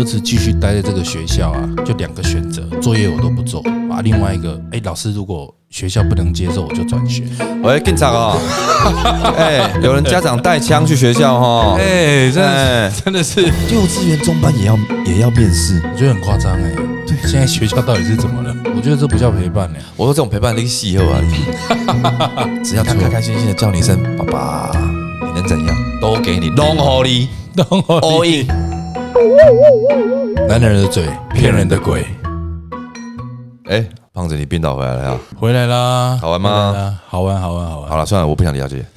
儿子继续待在这个学校啊，就2个选择，作业我都不做啊。另外一个，老师如果学校不能接受，我就转学。 喂，警察哦！有人家长带枪去学校哈？ 真的是幼稚园中班也要面试， 我觉得很夸张对，现在学校到底是怎么了？我觉得这不叫陪伴我说这种陪伴你喜欢啊，只要他开开心心的叫你一声爸爸，你能怎样？都给你，拢给你，all in。 男人的嘴，骗人的鬼。 胖子，你冰岛回来了呀？ 回来啦， 好玩吗？ 好玩。 好了，算了，我不想了解。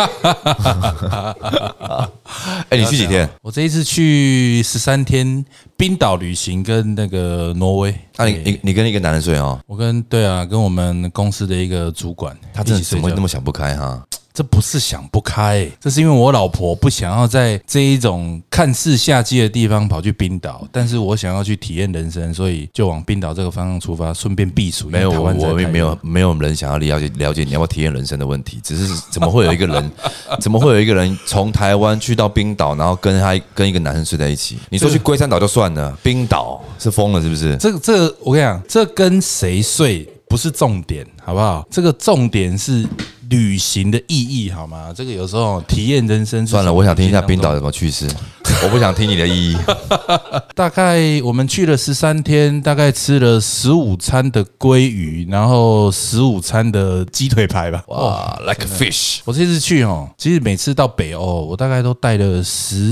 你去几天？ 我这一次去13天冰岛旅行，跟那个挪威。 你跟一个男人睡哦？ 我跟我们公司的一个主管， 他真的怎么会那么想不开哈？ 这不是想不开这是因为我老婆不想要在这一种看似夏季的地方跑去冰岛，但是我想要去体验人生，所以就往冰岛这个方向出发，顺便避暑。 没有，我没有人想要了解你要不要体验人生的问题，只是怎么会有一个人从台湾去到冰岛，然后跟一个男生睡在一起？你说去龟山岛就算了，冰岛是疯了是不是？ 这个我跟你讲，这跟谁睡不是重点，好不好？这个重点是旅行的意义，好吗？这个有时候体验人生。 算了，我想听一下冰岛有什么趣事，我不想听你的意义。 大概我们去了13天，大概吃了15餐的鲑鱼，然后15餐的鸡腿排吧。 哇 ，like a fish。 我这次去其实每次到北欧，我大概都带了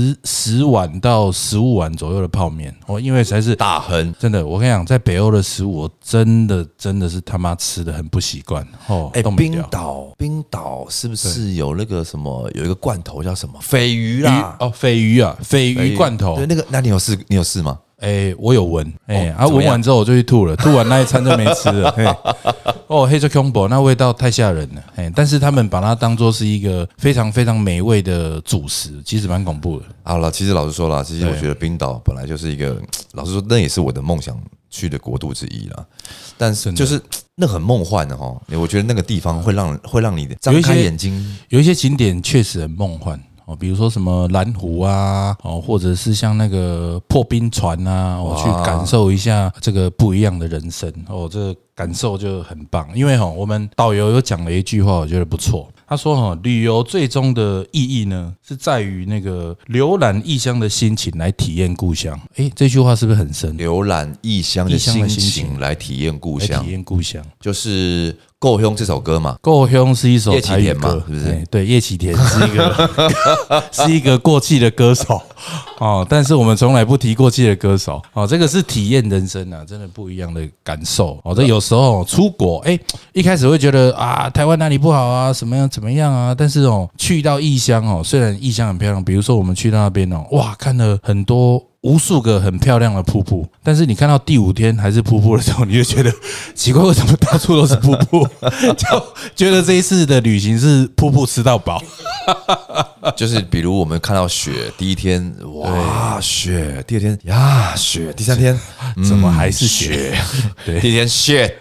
10碗到15碗左右的泡面。因为才是大亨， 真的，我跟你讲，在北欧的食物，我真的是他妈吃的很不习惯冰岛是不是有那个什么？有一个罐头叫什么？鲱鱼啦！ 鲱鱼罐头。 对，那你有试吗？ 我有闻，闻完之后我就去吐了，吐完那一餐就没吃了。黑色恐怖，那味道太吓人了。但是他们把它当作是一个非常非常美味的主食，其实蛮恐怖的。 好了，其实老实说啦，其实我觉得冰岛本来就是一个，老实说那也是我的梦想去的国度之一啦。但是就是那很梦幻的我觉得那个地方会让你张开眼睛， 有一些景点确实很梦幻。比如说什么蓝湖啊，或者是像那个破冰船啊，我去感受一下这个不一样的人生这个感受就很棒。因为我们导游有讲了一句话，我觉得不错。他说旅游最终的意义呢，是在于那个浏览异乡的心情来体验故乡。这句话是不是很深？ 浏览异乡的心情来体验故乡，就是《故乡》这首歌嘛，《 故乡》是一首台语歌， 是不是？ 对，叶启田是一个过气的歌手但是我们从来不提过气的歌手这个是体验人生啊，真的不一样的感受这有时候出国一开始会觉得台湾哪里不好啊，怎么样啊，但是去到异乡虽然异乡很漂亮，比如说我们去到那边看了很多无数个很漂亮的瀑布，但是你看到第5天还是瀑布的时候，你就觉得奇怪，为什么到处都是瀑布？就觉得这一次的旅行是瀑布吃到饱。 就是比如我们看到雪，第1天哇雪，第2天呀雪，第3天怎么还是雪？ 对，第1天雪。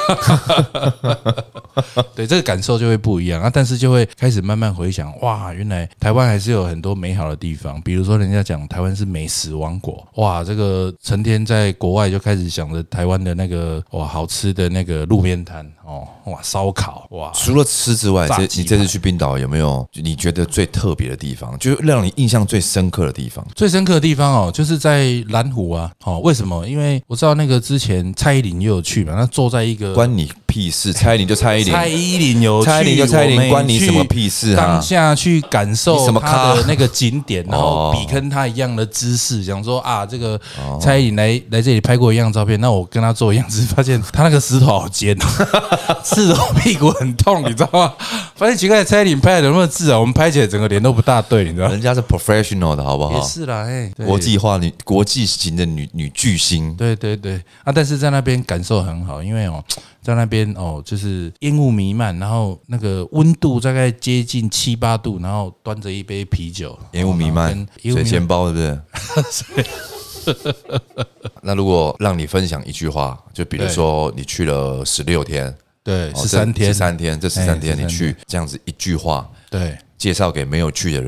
对，这个感受就会不一样但是就会开始慢慢回想，原来台湾还是有很多美好的地方。比如说人家讲台湾是美食王国，这个成天在国外就开始想着台湾的那个好吃的那个路边摊烧烤除了吃之外，你这次去冰岛有没有你觉得最特别的地方，就让你印象最深刻的地方？ 最深刻的地方就是在蓝湖啊。为什么？因为我知道那个之前蔡依林也有去嘛，那坐在一个关你屁事，蔡依林就蔡依林， 蔡依林有去， 蔡依林就蔡依林，关你什么屁事啊？ 当下去感受他的那个景点，然后比跟他一样的姿势，想说这个蔡依林来这里拍过一样照片，那我跟他做一样，只是发现他那个石头好尖刺得我屁股很痛，你知道吗？发现奇怪，蔡依林拍的那么自然，我们拍起来整个脸都不大对，你知道吗？ 人家是 professional 的好不好？ 也是啦， 国际化国际型的女巨星， 对但是在那边感受很好，因为在那边就是烟雾弥漫，然后那个温度大概接近7、8度，然后端着一杯啤酒， 烟雾弥漫，水煎包，对不对？那如果让你分享一句话，就比如说你去了16天， 对，13天， 这13天你去这样子一句话， 对， 介绍给没有去的人，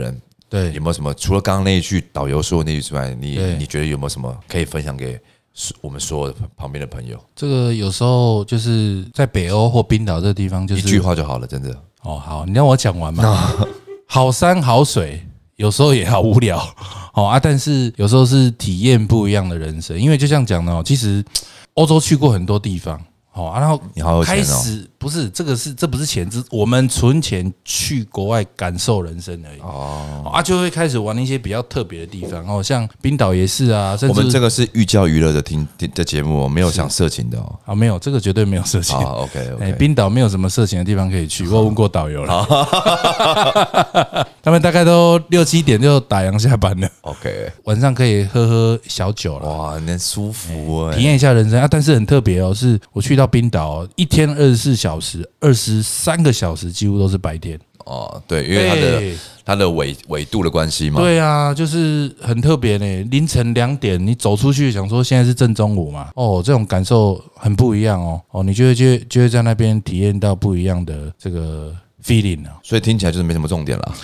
对， 有没有什么除了刚刚那一句导游说的那句之外，你觉得有没有什么可以分享给我们所有的旁边的朋友？ 这个有时候就是在北欧或冰岛这个地方，就是一句话就好了，真的。 哦，好，你让我讲完嘛。好山好水，有时候也好无聊，但是有时候是体验不一样的人生。因为就像讲的哦，其实欧洲去过很多地方。然后你好有钱哦， 开始不是这不是钱，我们存钱去国外感受人生而已。就会开始玩一些比较特别的地方像冰岛也是啊，甚至我们这个是寓教于乐的节目，没有想色情的哦。 没有，这个绝对没有色情。 OK， 冰岛没有什么色情的地方可以去，我问过导游了，他们大概都6、7点就打烊下班了。 OK， 晚上可以喝小酒了， 哇，那舒服体验一下人生但是很特别是我去到冰岛一天24小时，23个小时几乎都是白天。 对，因为它的纬度的关系嘛。 对啊，就是很特别呢。凌晨2点你走出去，想说现在是正中午嘛，这种感受很不一样你就会在那边体验到不一样的这个 feeling 所以听起来就是没什么重点啦。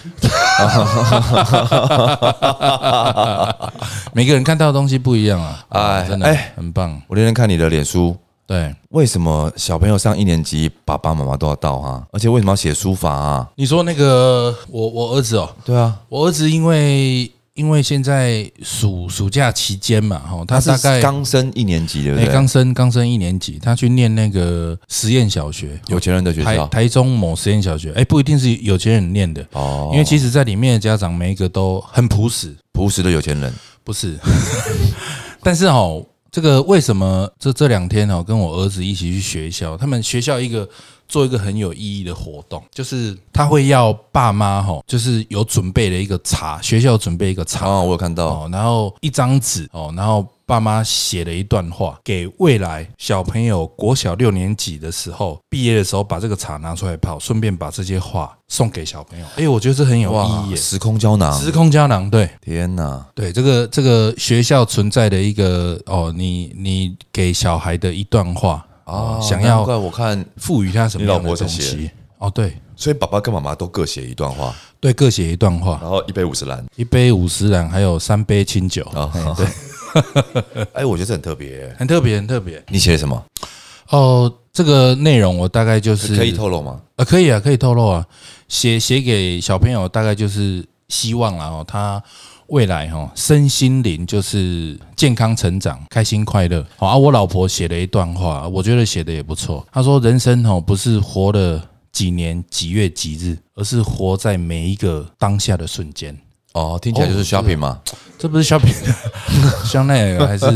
每个人看到的东西不一样真的很棒。 我那天看你的脸书。 对， 为什么小朋友上1年级，爸爸妈妈都要到而且为什么要写书法啊？ 你说那个我儿子对啊， 我儿子因为现在暑假期间嘛，他大概刚升1年级，对不对？ 刚升1年级，他去念那个实验小学， 有钱人的学校， 台中某实验小学，不一定是有钱人念的因为其实在里面的家长每一个都很朴实的有钱人， 不是，但是这个为什么这2天跟我儿子一起去学校，他们学校做一个很有意义的活动，就是他会要爸妈就是有准备了一个茶，学校准备一个茶我有看到然后一张纸然后爸妈写了一段话，给未来小朋友国小6年级的时候毕业的时候把这个茶拿出来泡，顺便把这些话送给小朋友。我觉得这很有意义耶， 时空胶囊， 对， 天哪， 对，这个学校存在的一个你给小孩的一段话想要我看赋予他什么样的东西对， 所以爸爸跟妈妈都各写一段话， 对，各写一段话， 然后1杯50兰 ，1杯50兰，还有3杯清酒对。 我觉得这很特别， 很特别。 你写什么？ 这个内容我大概就是可以透露吗？ 可以啊，可以透露啊。写给小朋友，大概就是希望他未来身心灵就是健康成长，开心快乐。我老婆写了一段话，我觉得写的也不错。她说：“人生不是活了几年几月几日，而是活在每一个当下的瞬间。” 听起来就是 shopping 嘛？ 这不是 shopping， 香奈儿还是？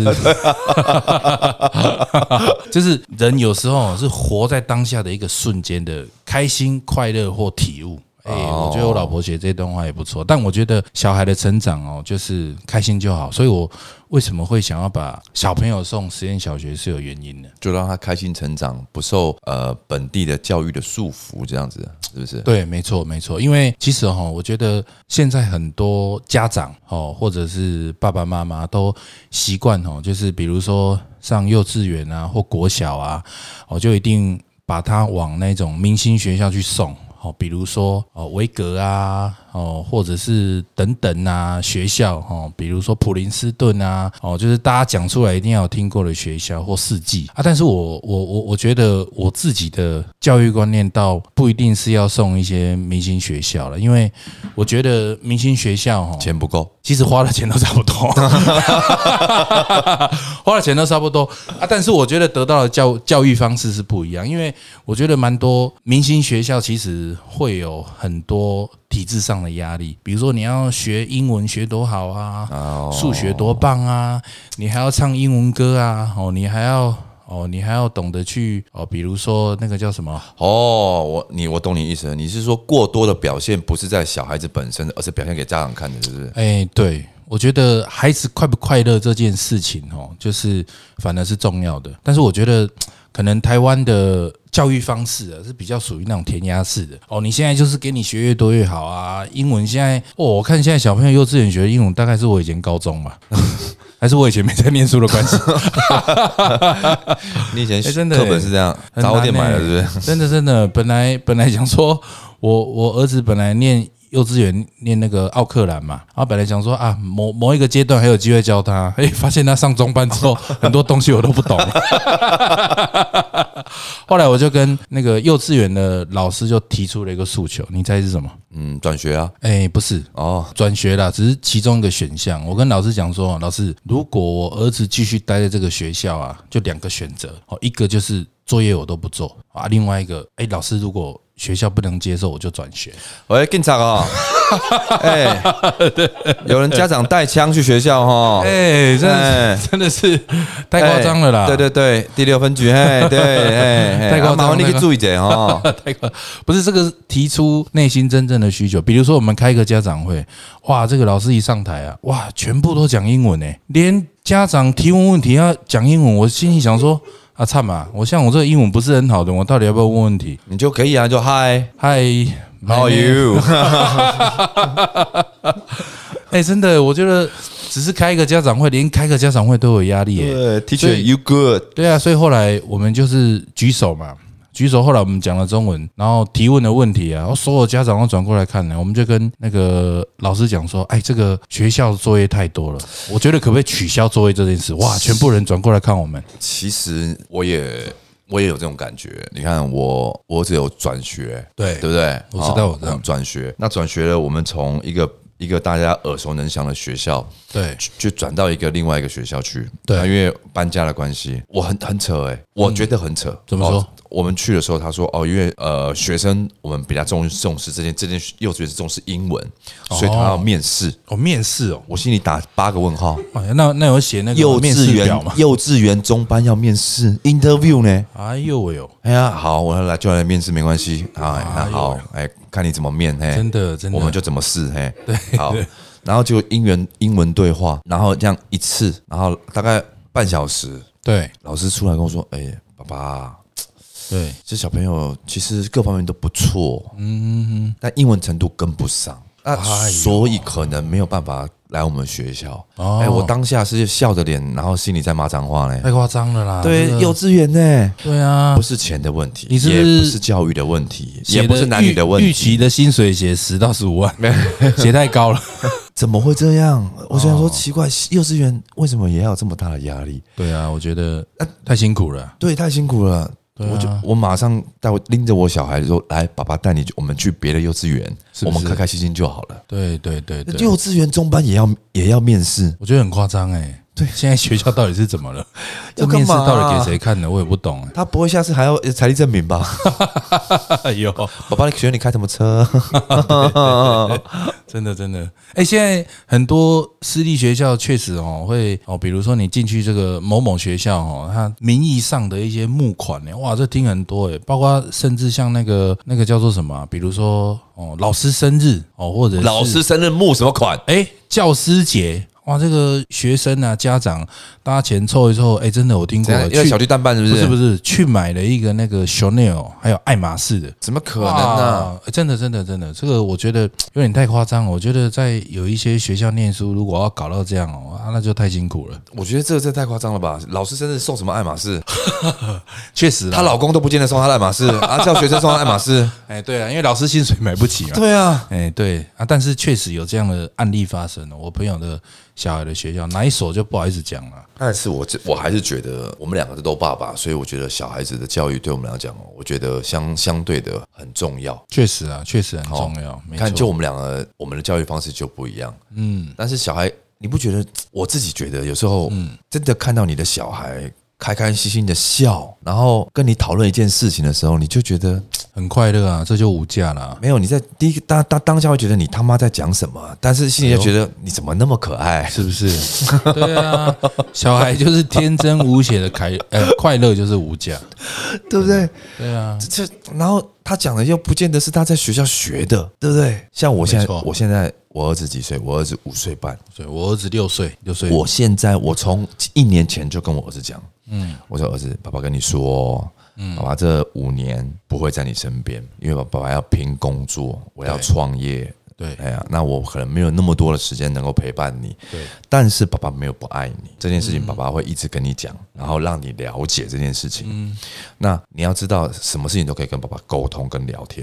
就是人有时候是活在当下的一个瞬间的开心、快乐或体悟。我觉得我老婆写这段话也不错，但我觉得小孩的成长就是开心就好，所以我为什么会想要把小朋友送实验小学是有原因的， 就让他开心成长，不受本地的教育的束缚，这样子是不是？ 对，没错，因为其实我觉得现在很多家长或者是爸爸妈妈都习惯就是比如说上幼稚园啊或国小啊，就一定把他往那种明星学校去送。比如说维格啊，或者是等等啊学校，比如说普林斯顿啊，就是大家讲出来一定要有听过的学校或四季但是我觉得我自己的教育观念倒不一定是要送一些明星学校了，因为我觉得明星学校钱不够， 其实花的钱都差不多，花的钱都差不多但是我觉得得到的教育方式是不一样，因为我觉得蛮多明星学校其实会有很多体制上的压力，比如说你要学英文学多好啊，数学多棒啊，你还要唱英文歌啊，你还要懂得去比如说那个叫什么我懂你意思了，你是说过多的表现不是在小孩子本身，而是表现给家长看的，是不是？ 对，我觉得孩子快不快乐这件事情就是反而是重要的，但是我觉得可能台湾的教育方式是比较属于那种填鸭式的你现在就是给你学越多越好啊，英文现在我看现在小朋友幼稚园学的英文大概是我以前高中吧还是我以前没在念书的关系你以前课本是这样杂货店买的，是不是？ 真的本来想说我儿子本来念幼稚园念那个奥克兰嘛，然后本来想说啊，某一个阶段还有机会教他，发现他上中班之后，很多东西我都不懂。后来我就跟那个幼稚园的老师就提出了一个诉求，你猜是什么？ 转学啊？ 不是哦， 转学啦，只是其中一个选项。我跟老师讲说，老师，如果我儿子继续待在这个学校啊，就2个选择，一个就是作业我都不做啊，另外一个，老师如果学校不能接受，我就转学。 喂，警察哦！有人家长带枪去学校哈？ 真的是太夸张了啦！ 对，第6分局，对， 太夸张了， 麻烦你去注意一下哈。 不是这个提出内心真正的需求，比如说我们开一个家长会，哇，这个老师一上台啊，哇，全部都讲英文连家长提问题要讲英文，我心里想说。啊，惨嘛！我像我这个英文不是很好的，我到底要不要问问题？ 你就可以啊，就 Hi，How are you？ 真的，我觉得只是开一个家长会，连开个家长会都有压力对 ，Teacher you good？ 对啊，所以后来我们就是举手嘛。举手，后来我们讲了中文，然后提问的问题啊，所有家长都转过来看了，我们就跟那个老师讲说，这个学校作业太多了，我觉得可不可以取消作业这件事？哇，全部人转过来看我们。 其实我也有这种感觉。你看我儿子有转学，对不对？ 我知道我这样转学，那转学了，我们从一个大家耳熟能详的学校， 对， 就转到另外一个学校去， 对， 因为搬家的关系，我很扯我觉得很扯。 怎么说？ 我们去的时候，他说因为学生我们比较重视这间幼稚园是重视英文，所以他要面试。 面试我心里打8个问号。 那有写那个幼稚园中班要面试 interview 呢？ 哎呀，好，我就来面试，没关系那好，看你怎么面， 真的， 我们就怎么试， 对， 好，然后就英文对话，然后这样一次，然后大概半小时， 对， 老师出来跟我说，爸爸。 对， 这小朋友其实各方面都不错，但英文程度跟不上，所以可能没有办法来我们学校。我当下是笑着脸，然后心里在骂脏话呢， 太夸张了啦！ 对，幼稚园呢， 对啊， 不是钱的问题， 也不是教育的问题，也不是男女的问题。 预期的薪水写10到15万，写太高了， 怎么会这样？我想说奇怪，幼稚园为什么也要有这么大的压力？ 对啊，我觉得太辛苦了， 对，太辛苦了。我马上拎着我小孩说：“来，爸爸带我们去别的幼稚园，我们开开心心就好了。” 对， 幼稚园中班也要面试， 我觉得很夸张对，现在学校到底是怎么了？这面试到底给谁看的？我也不懂。 他不会下次还要财力证明吧？ 有， 爸爸，你学你开什么车？ 真的。现在很多私立学校确实会比如说你进去这个某某学校它名义上的一些募款哇，这听很多包括甚至像那个叫做什么，比如说老师生日或者是老师生日募什么款？ 教师节。哇，这个学生啊，家长大家钱凑一凑，真的我听过， 要小巨蛋办是不是？ 不是，去买了一个那个 Chanel 还有爱马仕的， 怎么可能呢？ 真的，这个我觉得有点太夸张了。我觉得在有一些学校念书，如果要搞到这样那就太辛苦了。 我觉得这太夸张了吧？老师生日送什么爱马仕？ 确实， 她老公都不见得送她爱马仕叫学生送她爱马仕。 对啊，因为老师薪水买不起嘛。 对啊， 对啊，但是确实有这样的案例发生了。我朋友的小孩的学校哪一所就不好意思讲了。 但是我还是觉得我们2个都爸爸，所以我觉得小孩子的教育对我们来讲，我觉得相对的很重要。 确实很重要。 看，就我们2个，我们的教育方式就不一样。但是小孩，你不觉得？我自己觉得有时候，真的看到你的小孩开开心心的笑，然后跟你讨论一件事情的时候，你就觉得很快乐啊，这就无价了。 没有，你在第一个当下会觉得你他妈在讲什么，但是心里就觉得你怎么那么可爱， 是不是？对啊，小孩就是天真无邪的快乐就是无价， 对不对？ 对啊， 然后他讲的又不见得是他在学校学的，对不对？像我现在我儿子几岁？我儿子5岁半， 我儿子6岁。 我从1年前就跟我儿子讲，我说儿子，爸爸跟你说，爸爸这5年不会在你身边，因为爸爸要拼工作，我要创业。 对， 那我可能没有那么多的时间能够陪伴你。对，但是爸爸没有不爱你，这件事情爸爸会一直跟你讲，然后让你了解这件事情。那你要知道，什么事情都可以跟爸爸沟通跟聊天。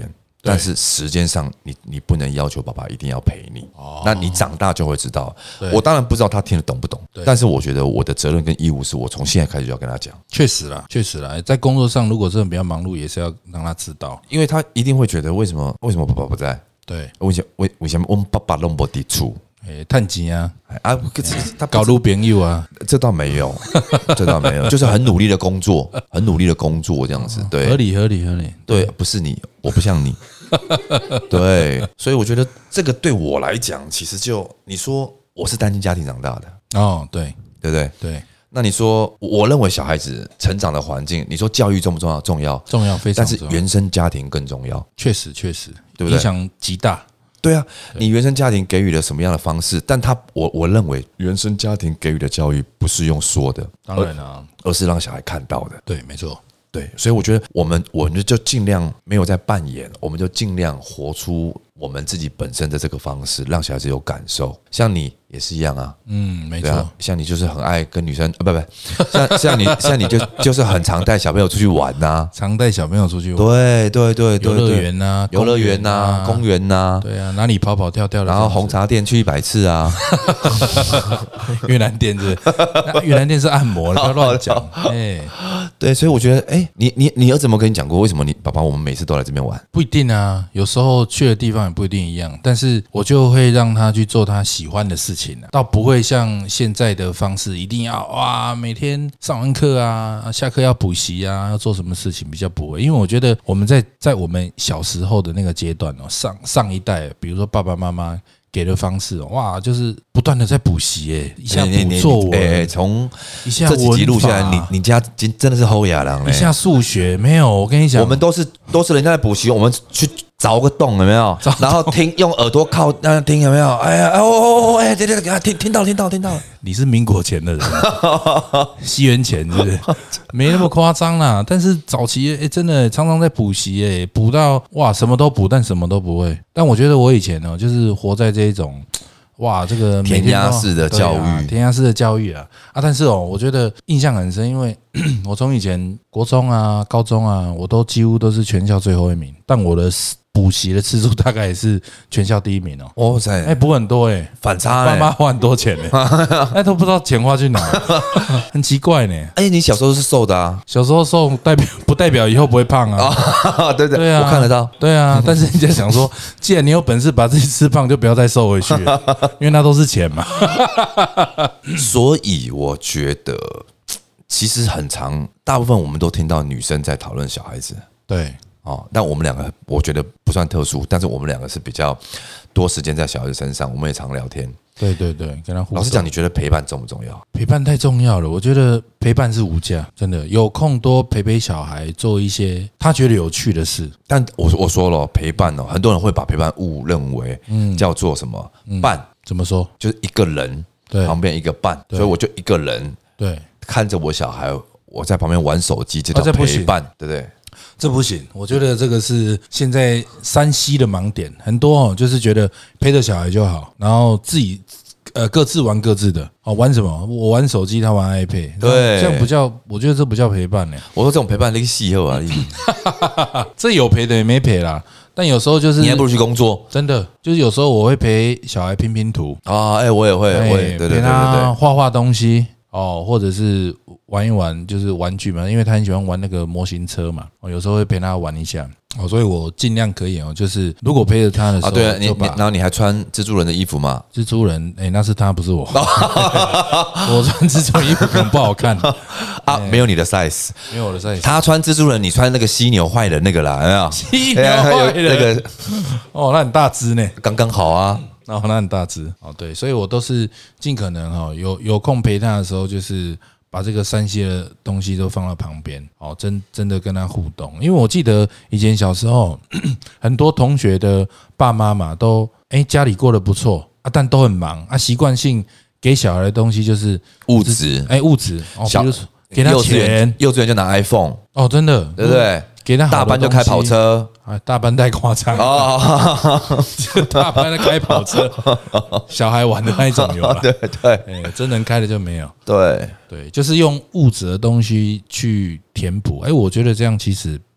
但是时间上你不能要求爸爸一定要陪你。那你长大就会知道。我当然不知道他听得懂不懂，但是我觉得我的责任跟义务是我从现在开始就要跟他讲。 确实啦，在工作上如果真的比较忙碌，也是要让他知道， 因为他一定会觉得为什么爸爸不在？ 对， 为什么我们爸爸都不在厝？ 探钱啊， 他搞女朋友啊， 这倒没有，就是很努力的工作这样子。对， 合理。 对，不是你，我不像你。对，所以我觉得这个对我来讲，其实就你说我是单亲家庭长大的哦，对不对？ 对。 那你说，我认为小孩子成长的环境，你说教育重不重要？重要， 非常重要。 但是原生家庭更重要， 确实， 对不对？ 影响极大。 对啊，你原生家庭给予了什么样的方式？但我认为原生家庭给予的教育不是用说的， 当然啦， 而是让小孩看到的。 对，没错。 对，所以我觉得我们就尽量没有在扮演，我们就尽量活出我们自己本身的这个方式，让小孩子有感受。像你也是一样啊， 没错。 像你就是很爱跟女生不，像你就是很常带小朋友出去玩呐， 常带小朋友出去玩。 对，游乐园呐，公园呐， 对啊，哪里跑跑跳跳的， 然后红茶店去100次啊， 越南店越南店是按摩，不要乱讲。 对，所以我觉得，你儿子有没有跟你讲过，为什么你爸爸我们每次都来这边玩？ 不一定啊，有时候去的地方也不一定一样，但是我就会让他去做他喜欢的事情啊，倒不会像现在的方式，一定要每天上完课啊，下课要补习啊，要做什么事情，比较不会。因为我觉得我们在我们小时候的那个阶段哦，上一代，比如说爸爸妈妈给的方式就是不断的在补习一下补作文， 从一下这几集录下来，你家真的是齁哑郎一下数学没有，我跟你讲， 我们都是人家在补习，我们去凿个洞有没有？然后用耳朵靠那听有没有？哎呀对，听到了。 你是民国前的人，西元前是不是？没那么夸张啦。但是早期真的常常在补习补到什么都补，但什么都不会。但我觉得我以前呢，就是活在这一种这个填鸭式的教育啊！但是我觉得印象很深，因为我从以前国中啊、高中啊，我都几乎都是全校最后一名，但我的补习的次数大概也是全校第一名哦。哇塞，补很多反差爸妈花很多钱都不知道钱花去哪，很奇怪呢。 你小时候是瘦的啊？ 小时候瘦不代表以后不会胖啊。 对啊，我看得到。 对啊，但是人家想说，既然你有本事把自己吃胖，就不要再瘦回去了，因为那都是钱嘛。 所以我觉得，其实大部分我们都听到女生在讨论小孩子。 对。 但我们两个我觉得不算特殊，但是我们两个是比较多时间在小孩子身上，我们也常聊天。 对，跟他互动。 老实讲，你觉得陪伴重不重要？ 陪伴太重要了，我觉得陪伴是无价，真的。有空多陪小孩，做一些他觉得有趣的事。 但我说了，陪伴很多人会把陪伴误认为叫做什么伴？ 怎么说？ 就是一个人旁边一个伴，所以我就一个人看着我小孩，我在旁边玩手机，这叫陪伴，对不对？ 这不行，我觉得这个是现在3C的盲点，很多就是觉得陪着小孩就好，然后自己各自玩各自的。玩什么？我玩手机，他玩 iPad， 对， 这样不叫，我觉得这不叫陪伴呢。 我说这种陪伴那个戏后而已， 这有陪的也没陪啦。但有时候就是你还不如去工作， 真的就是有时候我会陪小孩拼图啊，我也会，对， 陪他画东西或者是玩一玩，就是玩具嘛，因为他很喜欢玩那个模型车嘛，有时候会陪他玩一下。所以我尽量可以就是如果陪着他的时候对啊，然后你还穿蜘蛛人的衣服吗？ 蜘蛛人那是他，不是我。我穿蜘蛛人衣服可能不好看没有你的 size， 没有我的 size。 他穿蜘蛛人，你穿那个犀牛坏人那个啦，有没有？ 犀牛坏人那个那很大只呢， 刚刚好啊。 那很大只对，所以我都是尽可能有空陪他的时候，就是把这个3C的东西都放到旁边真的跟他互动。因为我记得以前小时候很多同学的爸妈嘛都家里过得不错但都很忙习惯性给小孩的东西就是物质比如说给他钱， 幼稚园就拿 iPhone 真的， 对不对？ 给他大班就开跑车大班太夸张大班的开跑车，小孩玩的那一种有了， 对， 真人开的就没有。对， 对， 就是用物质的东西去填补。我觉得这样其实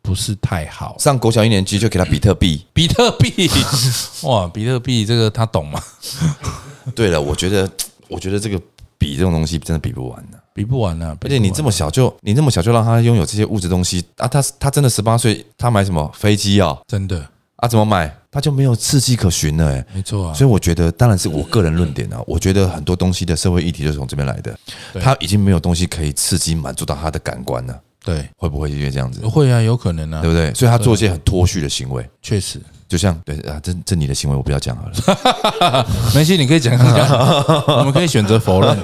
不是太好。 上国小1年级就给他比特币， 比特币，哇，比特币这个他懂吗？ 对了，我觉得这个比这种东西真的比不完的， 比不完啊！ 而且你这么小就让他拥有这些物质东西啊，他真的18岁，他买什么飞机啊？ 真的啊，怎么买？他就没有刺激可循了， 没错啊。 所以我觉得，当然是我个人论点啊，我觉得很多东西的社会议题就是从这边来的，他已经没有东西可以刺激满足到他的感官了。 对， 会不会因为这样子？ 会啊，有可能啊， 对不对？所以他做一些很脱序的行为， 确实。 就像对啊，这你的行为我不要讲好了， 没关系，你可以讲看看，我们可以选择否认。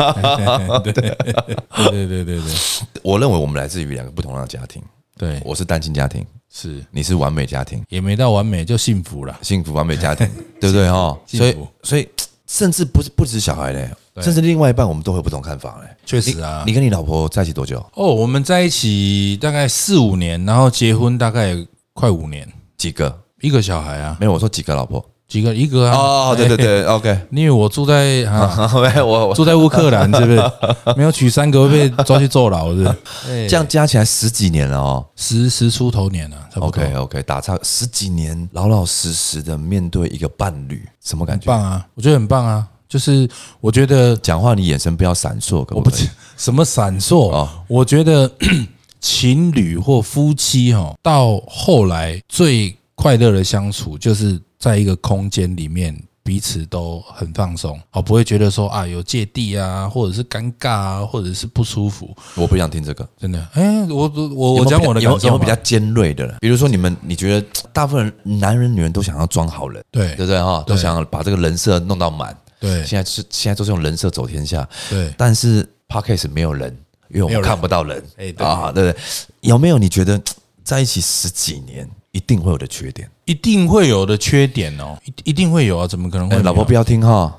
对， 我认为我们来自于2个不同的家庭， 对， 我是单亲家庭， 是你是完美家庭， 也没到完美就幸福了， 幸福完美家庭，对不对哈？所以甚至不止小孩嘞，甚至另外一半我们都会有不同看法嘞。 确实啊， 你跟你老婆在一起多久？ 我们在一起大概4、5年，然后结婚大概快5年。 几个？ 一个小孩啊？ 没有，我说几个老婆？ 一个啊？ 哦，对 ，OK。 因为我住在我住在乌克兰，是不是？没有娶3个会被抓去坐牢，是不是？ 这样加起来10几年了哦 ，10出头年了，差不多。 OK， 打差10几年，老老实实的面对一个伴侣，什么感觉？ 棒啊，我觉得很棒啊。就是我觉得讲话你眼神不要闪烁，可不可以？ 什么闪烁？我觉得情侣或夫妻到后来最快乐的相处，就是在一个空间里面，彼此都很放松，不会觉得说啊有芥蒂啊，或者是尴尬啊，或者是不舒服。 我不想听这个， 真的。我讲我的感受， 有没有比较尖锐的？比如说你觉得大部分男人女人都想要装好人，对不对哈？都想要把这个人设弄到满。对，现在都是用人设走天下。对，但是 Podcast 没有人，因为我们看不到人。对不对？有没有你觉得在一起10几年一定会有的缺点？ 一定会有的缺点哦，一定会有啊，怎么可能会？ 老婆不要听哈。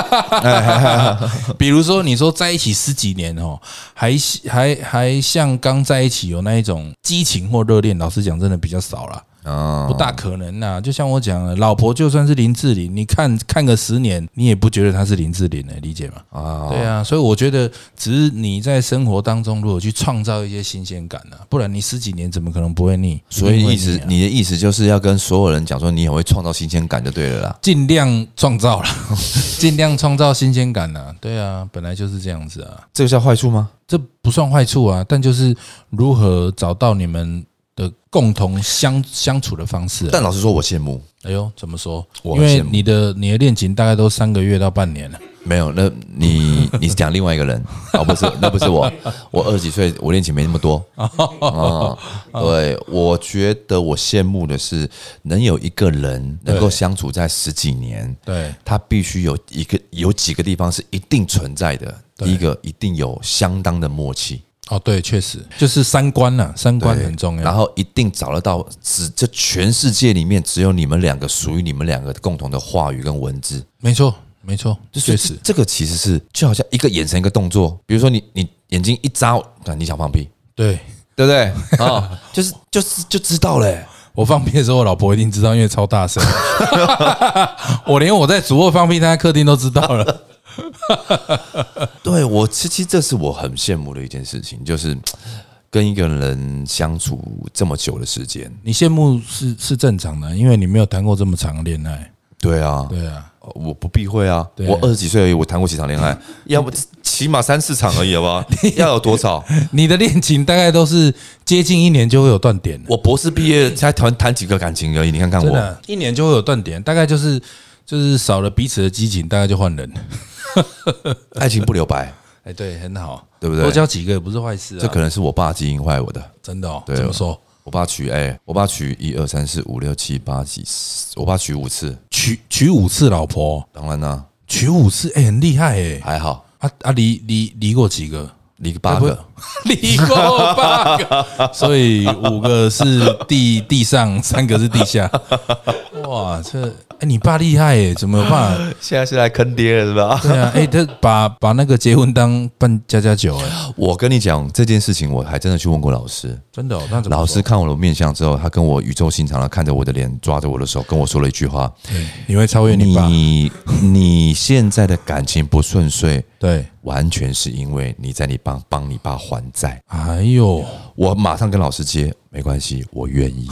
比如说，你说在一起10几年哦，还像刚在一起有那一种激情或热恋，老实讲，真的比较少啦。不大可能呐。就像我讲的，老婆就算是林志玲，你看个10年，你也不觉得她是林志玲的，理解吗？对啊，所以我觉得只是你在生活当中如果去创造一些新鲜感啊，不然你10几年怎么可能不会腻？ 所以你的意思就是要跟所有人讲说，你很会创造新鲜感就对了啦， 尽量创造啦，尽量创造新鲜感啊。对啊，本来就是这样子啊。 这个叫坏处吗？ 这不算坏处啊，但就是如何找到你们的共同相处的方式。 但老实说，我羡慕。 哎呦，怎么说？因为你的恋情大概都3个月到半年了。 没有，那你是讲另外一个人不是，那不是我。我20几岁，我恋情没那么多。对，我觉得我羡慕的是能有一个人能够相处在10几年，对，他必须有几个地方是一定存在的。第一个，一定有相当的默契。 对，确实就是三观啊，三观很重要。 然后一定找得到，这全世界里面只有你们2个属于你们2个共同的话语跟文字。没错，确实，这个其实是就好像一个眼神一个动作。比如说你眼睛一眨，你想放屁，对不对？就知道了。 我放屁的时候，我老婆一定知道，因为超大声。我连我在主卧放屁，她在客厅都知道了。 对，其实这是我很羡慕的一件事情，就是跟一个人相处这么久的时间。 你羡慕是正常的，因为你没有谈过这么长的恋爱。 对啊，我不避讳啊。我20几岁而已，我谈过几场恋爱，要不起码3、4场而已，好不好？要有多少？ 你的恋情大概都是接近1年就会有断点。 我博士毕业才谈几个感情而已，你看看我，真的1年就会有断点，大概就是少了彼此的激情，大概就换人了。 爱情不留白， 对，很好， 对不对？ 多交几个也不是坏事啊。 这可能是我爸基因坏我的， 真的哦。 对， 怎么说？ 我爸娶1、2、3、4、5、6、7、8几，我爸娶5次， 娶5次老婆。 当然啦， 娶5次，很厉害哎。 还好离过几个？ 离8个， 离过8个，所以5个是地上，3个是地下。哇，你爸厉害耶，怎么有办法？ 现在是来坑爹了是吧？ 对啊，他把那个结婚当办家酒哎。 我跟你讲这件事情，我还真的去问过老师，真的。老师看我的面相之后，他跟我语重心长的看着我的脸，抓着我的手，跟我说了一句话：你会超越你爸。 你现在的感情不顺遂，对， 完全是因为你在帮你爸还债。 哎呦， 我马上跟老师接，没关系，我愿意。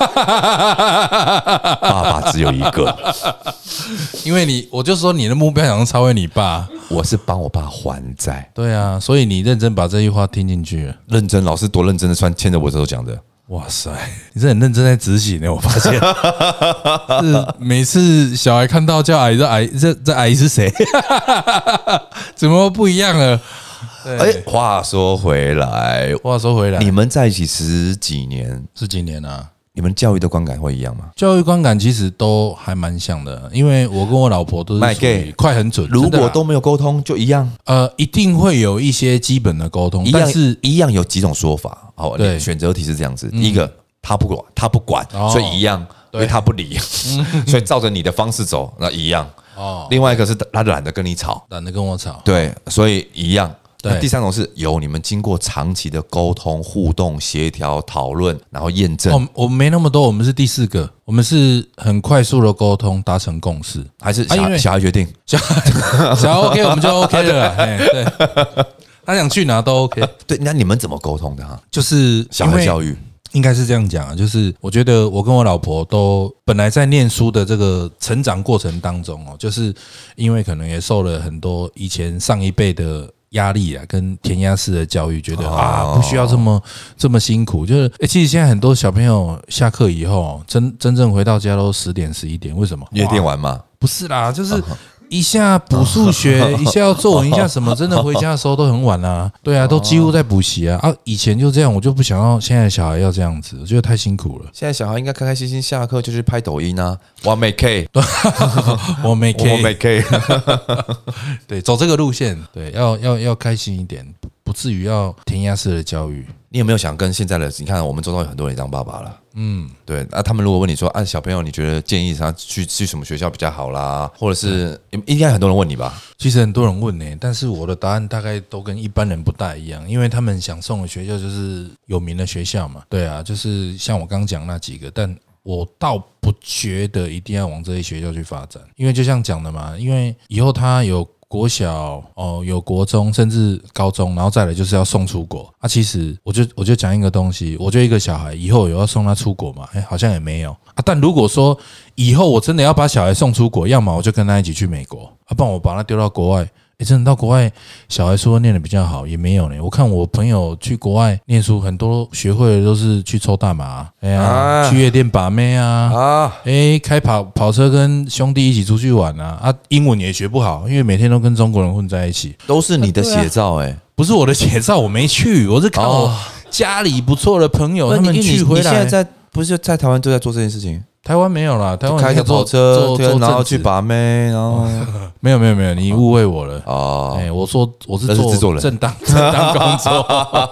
爸爸只有一个， 因为我就说你的目标想要超越你爸， 我是帮我爸还债。 对啊，所以你认真把这句话听进去了。 认真，老师多认真的牵着我手讲的。 哇塞，你是很认真在执行的，我发现。是每次小孩看到叫阿姨，这阿姨是谁？怎么不一样了？ 话说回来，你们在一起10几年， 十几年啊， 你们教育的观感会一样吗？ 教育观感其实都还蛮像的，因为我跟我老婆都是属于快很准。 如果都没有沟通，就一样。 一定会有一些基本的沟通，但是一样有几种说法。好，选择题是这样子：第一个，他不管，所以一样，因为他不理，所以照着你的方式走，那一样。另外一个是他懒得跟你吵， 懒得跟我吵， 对，所以一样。那第三种是有你们经过长期的沟通、互动、协调、讨论，然后验证。 我们没那么多，我们是第4个，我们是很快速的沟通，达成共识， 还是小孩决定？ 小孩 OK， 我们就 OK 了啦。对，他想去哪都 OK。 对，那你们怎么沟通的？ 就是小孩教育。 应该是这样讲啊，就是我觉得我跟我老婆都本来在念书的这个成长过程当中哦，就是因为可能也受了很多以前上一辈的压力啊，跟填鸭式的教育，觉得不需要这么辛苦。就是其实现在很多小朋友下课以后，真正回到家都10点11点，为什么？ 夜店玩吗？ 不是啦，就是一下补数学，一下要作文，一下什么，真的回家的时候都很晚啊。对啊，都几乎在补习啊。以前就这样，我就不想要现在的小孩要这样子，我觉得太辛苦了。 现在小孩应该开开心心下课就去拍抖音啊，完美 K， 完美 K， 对，走这个路线，对，要开心一点，不至于要填鸭式的教育。 你有没有想跟现在的？你看，我们周遭有很多人当爸爸了，对。他们如果问你说，小朋友，你觉得建议他去什么学校比较好啦？或者是应该很多人问你吧？ 其实很多人问呢，但是我的答案大概都跟一般人不大一样，因为他们想送的学校就是有名的学校嘛。对啊，就是像我刚讲那几个，但我倒不觉得一定要往这些学校去发展，因为就像讲的嘛，因为以后他有国小有国中，甚至高中，然后再来就是要送出国啊。其实我就讲一个东西，我觉得一个小孩以后有要送他出国嘛？好像也没有啊。但如果说以后我真的要把小孩送出国，要么我就跟他一起去美国，不然我把他丢到国外。真的到国外，小孩说念的比较好，也没有呢。我看我朋友去国外念书，很多学会的都是去抽大麻，去夜店把妹开跑车跟兄弟一起出去玩英文也学不好，因为每天都跟中国人混在一起。 都是你的写照不是我的写照，我没去，我是看我家里不错的朋友他们去回来。 你现在不是在台湾都在做这件事情？ 台湾没有啦，台湾开个跑车，然后去把妹，然后没有，你误会我了我说我是做正当工作，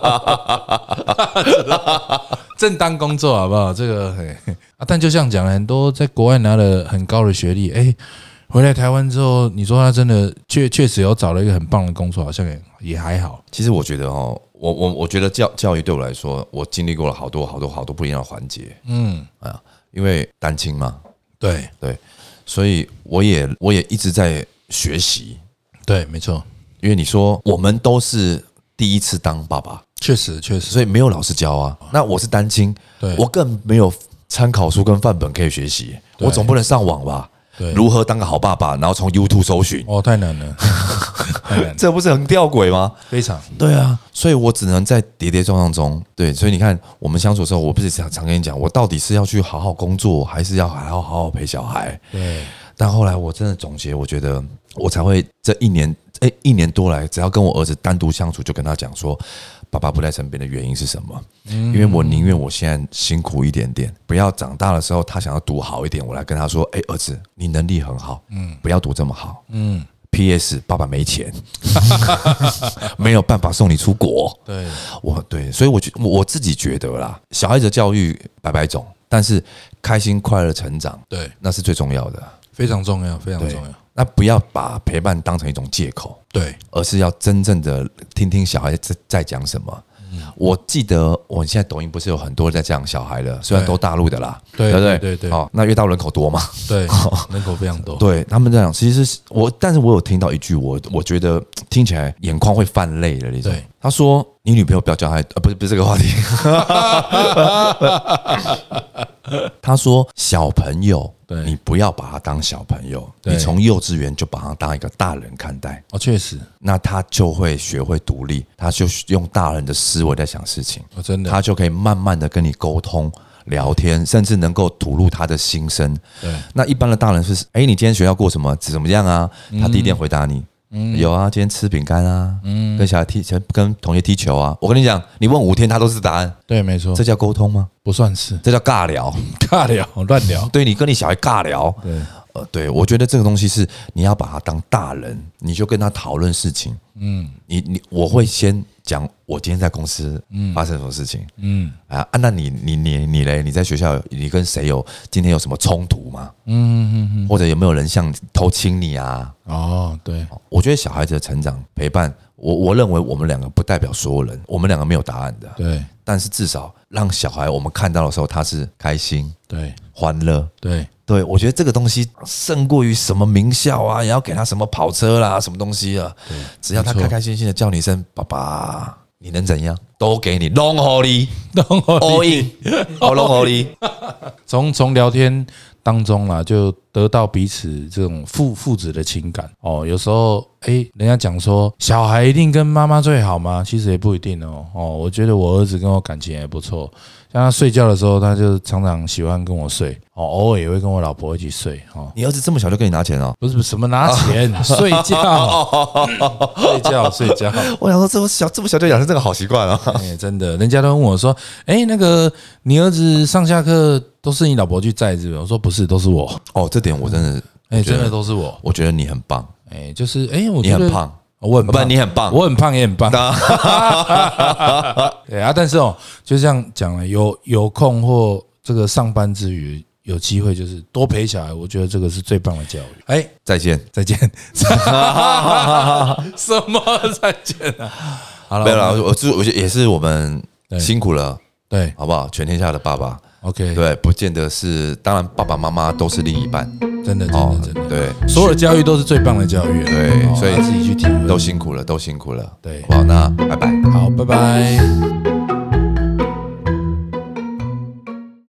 正当工作好不好？这个但就像讲了，很多在国外拿了很高的学历，回来台湾之后，你说他真的确实有找了一个很棒的工作，好像也还好。 其实我觉得我觉得教育对我来说，我经历过了好多不一样的环节，因为单亲嘛， 对， 所以我也一直在学习， 对，没错。 因为你说我们都是第一次当爸爸， 确实， 所以没有老师教啊。那我是单亲，我更没有参考书跟范本可以学习，我总不能上网吧？如何当个好爸爸，然后从 YouTube 搜寻， 太难了， 这不是很吊诡吗？ 非常， 对啊，所以我只能在跌跌撞撞中，对，所以你看我们相处的时候，我不是常跟你讲，我到底是要去好好工作，还是要好好陪小孩？ 对， 但后来我真的总结，我觉得我才会这一年多来，只要跟我儿子单独相处，就跟他讲说，爸爸不在身边的原因是什么？因为我宁愿我现在辛苦一点点，不要长大的时候他想要读好一点，我来跟他说，儿子，你能力很好，不要读这么好，PS 爸爸没钱，没有办法送你出国。对，所以我自己觉得啦，小孩子的教育百种，但是开心快乐成长， 对， 那是最重要的， 非常重要，非常重要。 那不要把陪伴当成一种借口， 对， 而是要真正的听听小孩在讲什么， 我记得我现在抖音不是有很多人在这样小孩了，虽然都大陆的啦， 对不对？ 对对， 好，那越大陆人口多嘛， 对，人口非常多。 对他们这样，其实是但是我有听到一句，我觉得听起来眼眶会泛泪的那种。他说：“你女朋友不要叫她，不是这个话题。”他说：“小朋友，你不要把他当小朋友，你从幼稚园就把他当一个大人看待。 哦，确实， 那他就会学会独立，他就用大人的思维在想事情。 真的， 他就可以慢慢的跟你沟通。”聊天，甚至能够吐露他的心声。 对， 那一般的大人是，你今天学校过什么？怎么样啊？他第一天回答你，有啊，今天吃饼干啊，跟小孩跟同学踢球啊。我跟你讲，你问5天，他都是答案。 对，没错， 这叫沟通吗？ 不算是， 这叫尬聊， 尬聊，乱聊。 对，你跟你小孩尬聊。 对。 对，我觉得这个东西是你要把他当大人，你就跟他讨论事情。我会先讲我今天在公司发生什么事情。那你嘞？你在学校你跟谁今天有什么冲突吗？或者有没有人像偷亲你啊？ 哦，对， 我觉得小孩子的成长陪伴，我认为我们两个不代表所有人，我们两个没有答案的。 对， 但是至少让小孩我们看到的时候，他是开心， 对， 欢乐， 对， 我觉得这个东西胜过于什么名校啊，也要给他什么跑车啦，什么东西啊。只要他开开心心的叫你一声爸爸，你能怎样？都给你，拢给你，all in，拢给你。 从聊天当中啦，就得到彼此这种父子的情感哦。有时候，人家讲说小孩一定跟妈妈最好吗？其实也不一定哦。我觉得我儿子跟我感情也不错。像他睡觉的时候，他就常常喜欢跟我睡，偶尔也会跟我老婆一起睡。 你儿子这么小就跟你拿钱哦？ 不是什么拿钱，睡觉，睡觉。 我想说这么小就养成这个好习惯啊！ 真的，人家都问我说：“那个你儿子上下课都是你老婆去载，是不是？”我说：“不是，都是我。” 这点我真的， 真的都是我。 我觉得你很棒。 就是我你很胖。 我很胖， 你很棒， 我很胖也很棒。对啊，但是就这样讲了，有空或这个上班之余有机会，就是多陪小孩，我觉得这个是最棒的教育。 再见。 什么再见啊？好了， 没有了，我觉得也是我们辛苦了， 对， 好不好？全天下的爸爸 ，OK， 对，不见得是，当然爸爸妈妈都是另一半。 真的， 对， 所有的教育都是最棒的教育。 对，所以自己去体会， 都辛苦了。 对， 好，那拜拜。 好，拜拜。